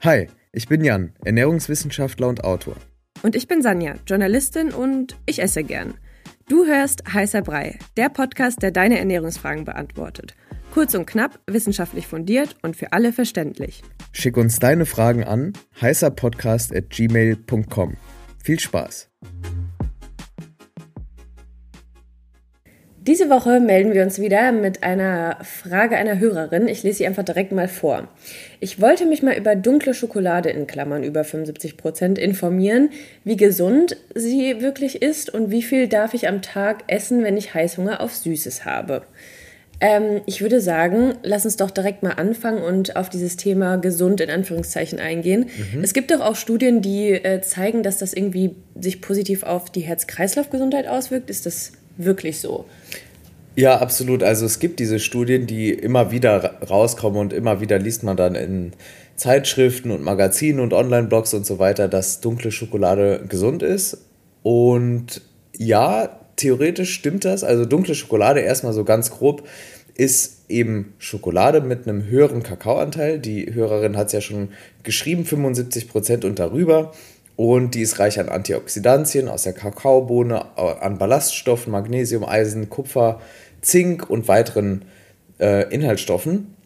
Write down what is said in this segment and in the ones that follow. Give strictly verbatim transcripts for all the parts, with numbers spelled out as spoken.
Hi, ich bin Jan, Ernährungswissenschaftler und Autor. Und ich bin Sanja, Journalistin und ich esse gern. Du hörst Heißer Brei, der Podcast, der deine Ernährungsfragen beantwortet. Kurz und knapp, wissenschaftlich fundiert und für alle verständlich. Schick uns deine Fragen an heißerpodcast at gmail punkt com. Viel Spaß! Diese Woche melden wir uns wieder mit einer Frage einer Hörerin. Ich lese sie einfach direkt mal vor. Ich wollte mich mal über dunkle Schokolade in Klammern über fünfundsiebzig Prozent informieren, wie gesund sie wirklich ist und wie viel darf ich am Tag essen, wenn ich Heißhunger auf Süßes habe. Ähm, ich würde sagen, lass uns doch direkt mal anfangen und auf dieses Thema gesund in Anführungszeichen eingehen. Mhm. Es gibt doch auch Studien, die äh, zeigen, dass das irgendwie sich positiv auf die Herz-Kreislauf-Gesundheit auswirkt. Ist das wirklich so? Ja, absolut. Also es gibt diese Studien, die immer wieder rauskommen und immer wieder liest man dann in Zeitschriften und Magazinen und Online-Blogs und so weiter, dass dunkle Schokolade gesund ist. Und ja, theoretisch stimmt das. Also dunkle Schokolade, erstmal so ganz grob, ist eben Schokolade mit einem höheren Kakaoanteil. Die Hörerin hat es ja schon geschrieben, fünfundsiebzig Prozent und darüber. Und die ist reich an Antioxidantien aus der Kakaobohne, an Ballaststoffen, Magnesium, Eisen, Kupfer, Zink und weiteren äh, Inhaltsstoffen.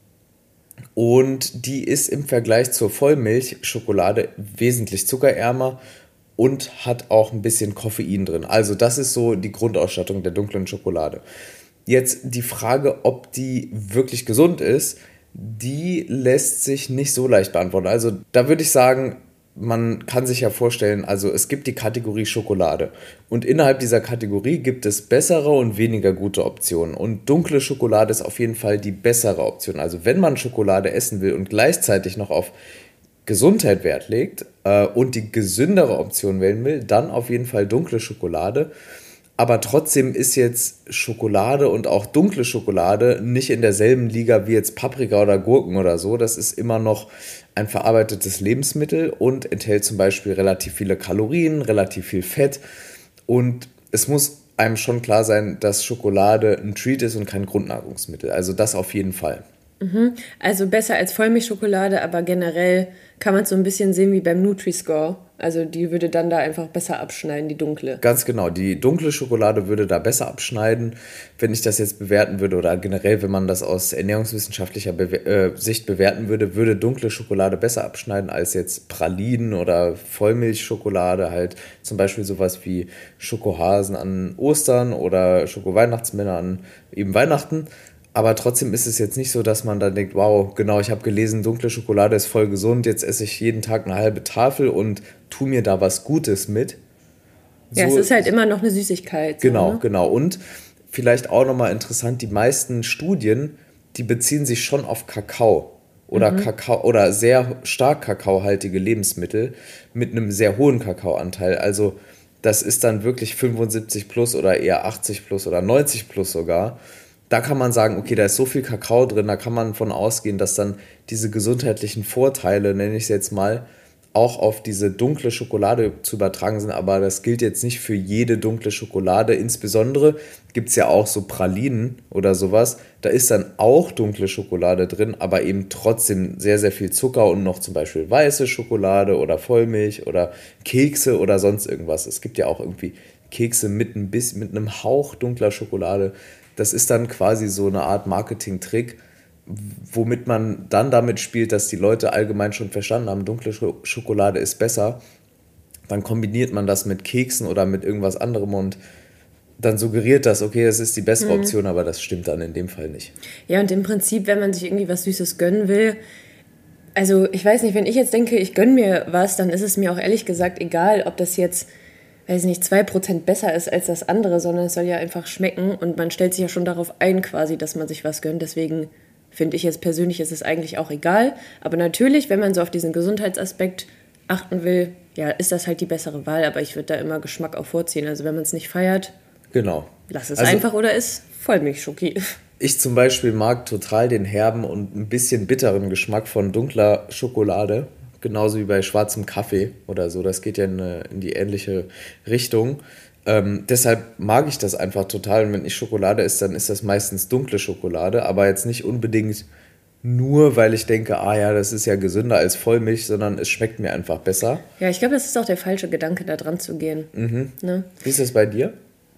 Und die ist im Vergleich zur Vollmilchschokolade wesentlich zuckerärmer und hat auch ein bisschen Koffein drin. Also das ist so die Grundausstattung der dunklen Schokolade. Jetzt die Frage, ob die wirklich gesund ist, die lässt sich nicht so leicht beantworten. Also da würde ich sagen, man kann sich ja vorstellen, also es gibt die Kategorie Schokolade und innerhalb dieser Kategorie gibt es bessere und weniger gute Optionen und dunkle Schokolade ist auf jeden Fall die bessere Option. Also wenn man Schokolade essen will und gleichzeitig noch auf Gesundheit Wert legt äh, und die gesündere Option wählen will, dann auf jeden Fall dunkle Schokolade. Aber trotzdem ist jetzt Schokolade und auch dunkle Schokolade nicht in derselben Liga wie jetzt Paprika oder Gurken oder so. Das ist immer noch ein verarbeitetes Lebensmittel und enthält zum Beispiel relativ viele Kalorien, relativ viel Fett. Und es muss einem schon klar sein, dass Schokolade ein Treat ist und kein Grundnahrungsmittel. Also das auf jeden Fall. Mhm. Also besser als Vollmilchschokolade, aber generell kann man es so ein bisschen sehen wie beim Nutri-Score. Also die würde dann da einfach besser abschneiden, die dunkle. Ganz genau, die dunkle Schokolade würde da besser abschneiden, wenn ich das jetzt bewerten würde oder generell, wenn man das aus ernährungswissenschaftlicher Bewe- äh, Sicht bewerten würde, würde dunkle Schokolade besser abschneiden als jetzt Pralinen oder Vollmilchschokolade, halt zum Beispiel sowas wie Schokohasen an Ostern oder Schoko-Weihnachtsmänner an eben Weihnachten. Aber trotzdem ist es jetzt nicht so, dass man dann denkt, wow, genau, ich habe gelesen, dunkle Schokolade ist voll gesund, jetzt esse ich jeden Tag eine halbe Tafel und tu mir da was Gutes mit. Ja, so, es ist halt immer noch eine Süßigkeit. Genau, so, ne? genau. Und vielleicht auch nochmal interessant, die meisten Studien, die beziehen sich schon auf Kakao oder mhm. Kakao oder sehr stark kakaohaltige Lebensmittel mit einem sehr hohen Kakaoanteil. Also das ist dann wirklich fünfundsiebzig plus oder eher achtzig plus oder neunzig plus sogar. Da kann man sagen, okay, da ist so viel Kakao drin, da kann man von ausgehen, dass dann diese gesundheitlichen Vorteile, nenne ich es jetzt mal, auch auf diese dunkle Schokolade zu übertragen sind. Aber das gilt jetzt nicht für jede dunkle Schokolade. Insbesondere gibt es ja auch so Pralinen oder sowas. Da ist dann auch dunkle Schokolade drin, aber eben trotzdem sehr, sehr viel Zucker und noch zum Beispiel weiße Schokolade oder Vollmilch oder Kekse oder sonst irgendwas. Es gibt ja auch irgendwie Kekse mit ein bisschen, mit einem Hauch dunkler Schokolade. Das ist dann quasi so eine Art Marketing-Trick, womit man dann damit spielt, dass die Leute allgemein schon verstanden haben, dunkle Schokolade ist besser. Dann kombiniert man das mit Keksen oder mit irgendwas anderem und dann suggeriert das, okay, das ist die bessere mhm. Option, aber das stimmt dann in dem Fall nicht. Ja, und im Prinzip, wenn man sich irgendwie was Süßes gönnen will, also ich weiß nicht, wenn ich jetzt denke, ich gönne mir was, dann ist es mir auch ehrlich gesagt egal, ob das jetzt, weiß nicht, zwei Prozent besser ist als das andere, sondern es soll ja einfach schmecken und man stellt sich ja schon darauf ein quasi, dass man sich was gönnt. Deswegen finde ich jetzt persönlich, ist es eigentlich auch egal. Aber natürlich, wenn man so auf diesen Gesundheitsaspekt achten will, ja, ist das halt die bessere Wahl. Aber ich würde da immer Geschmack auch vorziehen. Also wenn man es nicht feiert, genau. Lass es also, einfach oder ist Vollmilchschoki. Ich zum Beispiel mag total den herben und ein bisschen bitteren Geschmack von dunkler Schokolade. Genauso wie bei schwarzem Kaffee oder so. Das geht ja in, eine, in die ähnliche Richtung. Ähm, deshalb mag ich das einfach total. Und wenn ich Schokolade esse, dann ist das meistens dunkle Schokolade. Aber jetzt nicht unbedingt nur, weil ich denke, ah ja, das ist ja gesünder als Vollmilch, sondern es schmeckt mir einfach besser. Ja, ich glaube, das ist auch der falsche Gedanke, da dran zu gehen. Mhm. Ne? Wie ist das bei dir?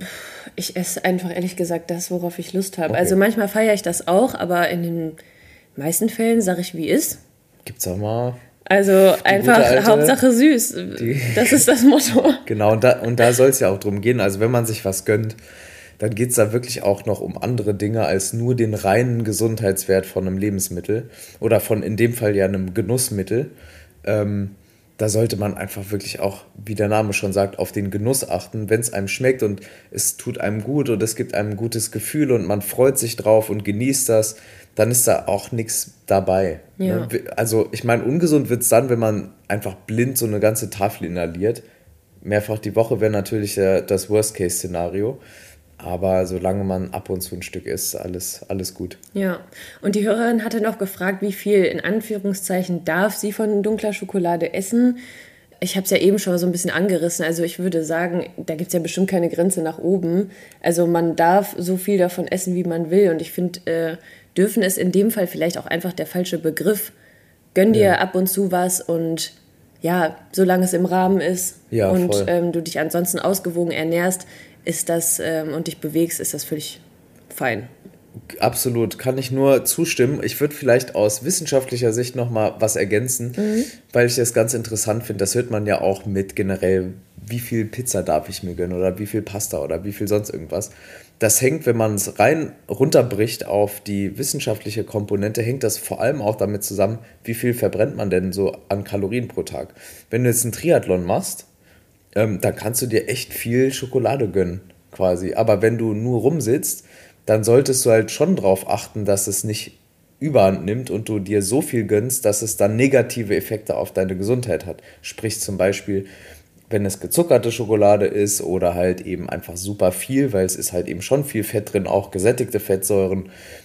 Ich esse einfach ehrlich gesagt das, worauf ich Lust habe. Okay. Also manchmal feiere ich das auch, aber in den meisten Fällen sage ich, wie ist. Gibt's auch mal. Also einfach alte, Hauptsache süß. Die, das ist das Motto. Genau, und da, und da soll es ja auch drum gehen. Also wenn man sich was gönnt, dann geht es da wirklich auch noch um andere Dinge als nur den reinen Gesundheitswert von einem Lebensmittel oder von in dem Fall ja einem Genussmittel. Ähm, da sollte man einfach wirklich auch, wie der Name schon sagt, auf den Genuss achten. Wenn es einem schmeckt und es tut einem gut und es gibt einem ein gutes Gefühl und man freut sich drauf und genießt das, dann ist da auch nichts dabei. Ja. Ne? Also ich meine, ungesund wird es dann, wenn man einfach blind so eine ganze Tafel inhaliert. Mehrfach die Woche wäre natürlich äh, das Worst-Case-Szenario. Aber solange man ab und zu ein Stück isst, alles, alles gut. Ja, und die Hörerin hatte noch gefragt, wie viel in Anführungszeichen darf sie von dunkler Schokolade essen. Ich habe es ja eben schon so ein bisschen angerissen. Also ich würde sagen, da gibt es ja bestimmt keine Grenze nach oben. Also man darf so viel davon essen, wie man will. Und ich finde, äh, dürfen ist in dem Fall vielleicht auch einfach der falsche Begriff. Gönn dir ja. ab und zu was und ja, solange es im Rahmen ist ja, und ähm, du dich ansonsten ausgewogen ernährst, ist das ähm, und dich bewegst, ist das völlig fein. Absolut, kann ich nur zustimmen. Ich würde vielleicht aus wissenschaftlicher Sicht noch mal was ergänzen, mhm. weil ich das ganz interessant finde. Das hört man ja auch mit generell, wie viel Pizza darf ich mir gönnen oder wie viel Pasta oder wie viel sonst irgendwas. Das hängt, wenn man es rein runterbricht auf die wissenschaftliche Komponente, hängt das vor allem auch damit zusammen, wie viel verbrennt man denn so an Kalorien pro Tag. Wenn du jetzt einen Triathlon machst, ähm, dann kannst du dir echt viel Schokolade gönnen, quasi. Aber wenn du nur rumsitzt, dann solltest du halt schon darauf achten, dass es nicht Überhand nimmt und du dir so viel gönnst, dass es dann negative Effekte auf deine Gesundheit hat. Sprich zum Beispiel, wenn es gezuckerte Schokolade ist oder halt eben einfach super viel, weil es ist halt eben schon viel Fett drin, auch gesättigte Fettsäuren,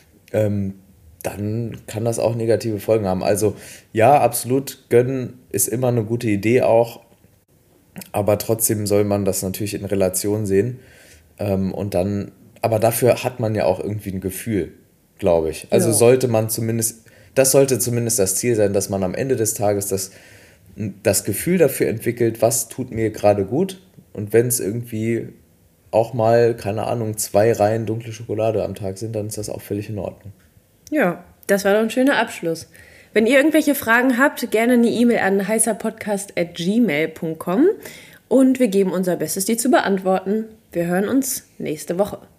ähm, dann kann das auch negative Folgen haben. Also ja, absolut, gönnen ist immer eine gute Idee auch, aber trotzdem soll man das natürlich in Relation sehen ähm, und dann, aber dafür hat man ja auch irgendwie ein Gefühl, glaube ich. Also ja. sollte man zumindest, das sollte zumindest das Ziel sein, dass man am Ende des Tages das, das Gefühl dafür entwickelt, was tut mir gerade gut und wenn es irgendwie auch mal, keine Ahnung, zwei Reihen dunkle Schokolade am Tag sind, dann ist das auch völlig in Ordnung. Ja, das war doch ein schöner Abschluss. Wenn ihr irgendwelche Fragen habt, gerne eine E-Mail an heißerpodcast at gmail punkt com und wir geben unser Bestes, die zu beantworten. Wir hören uns nächste Woche.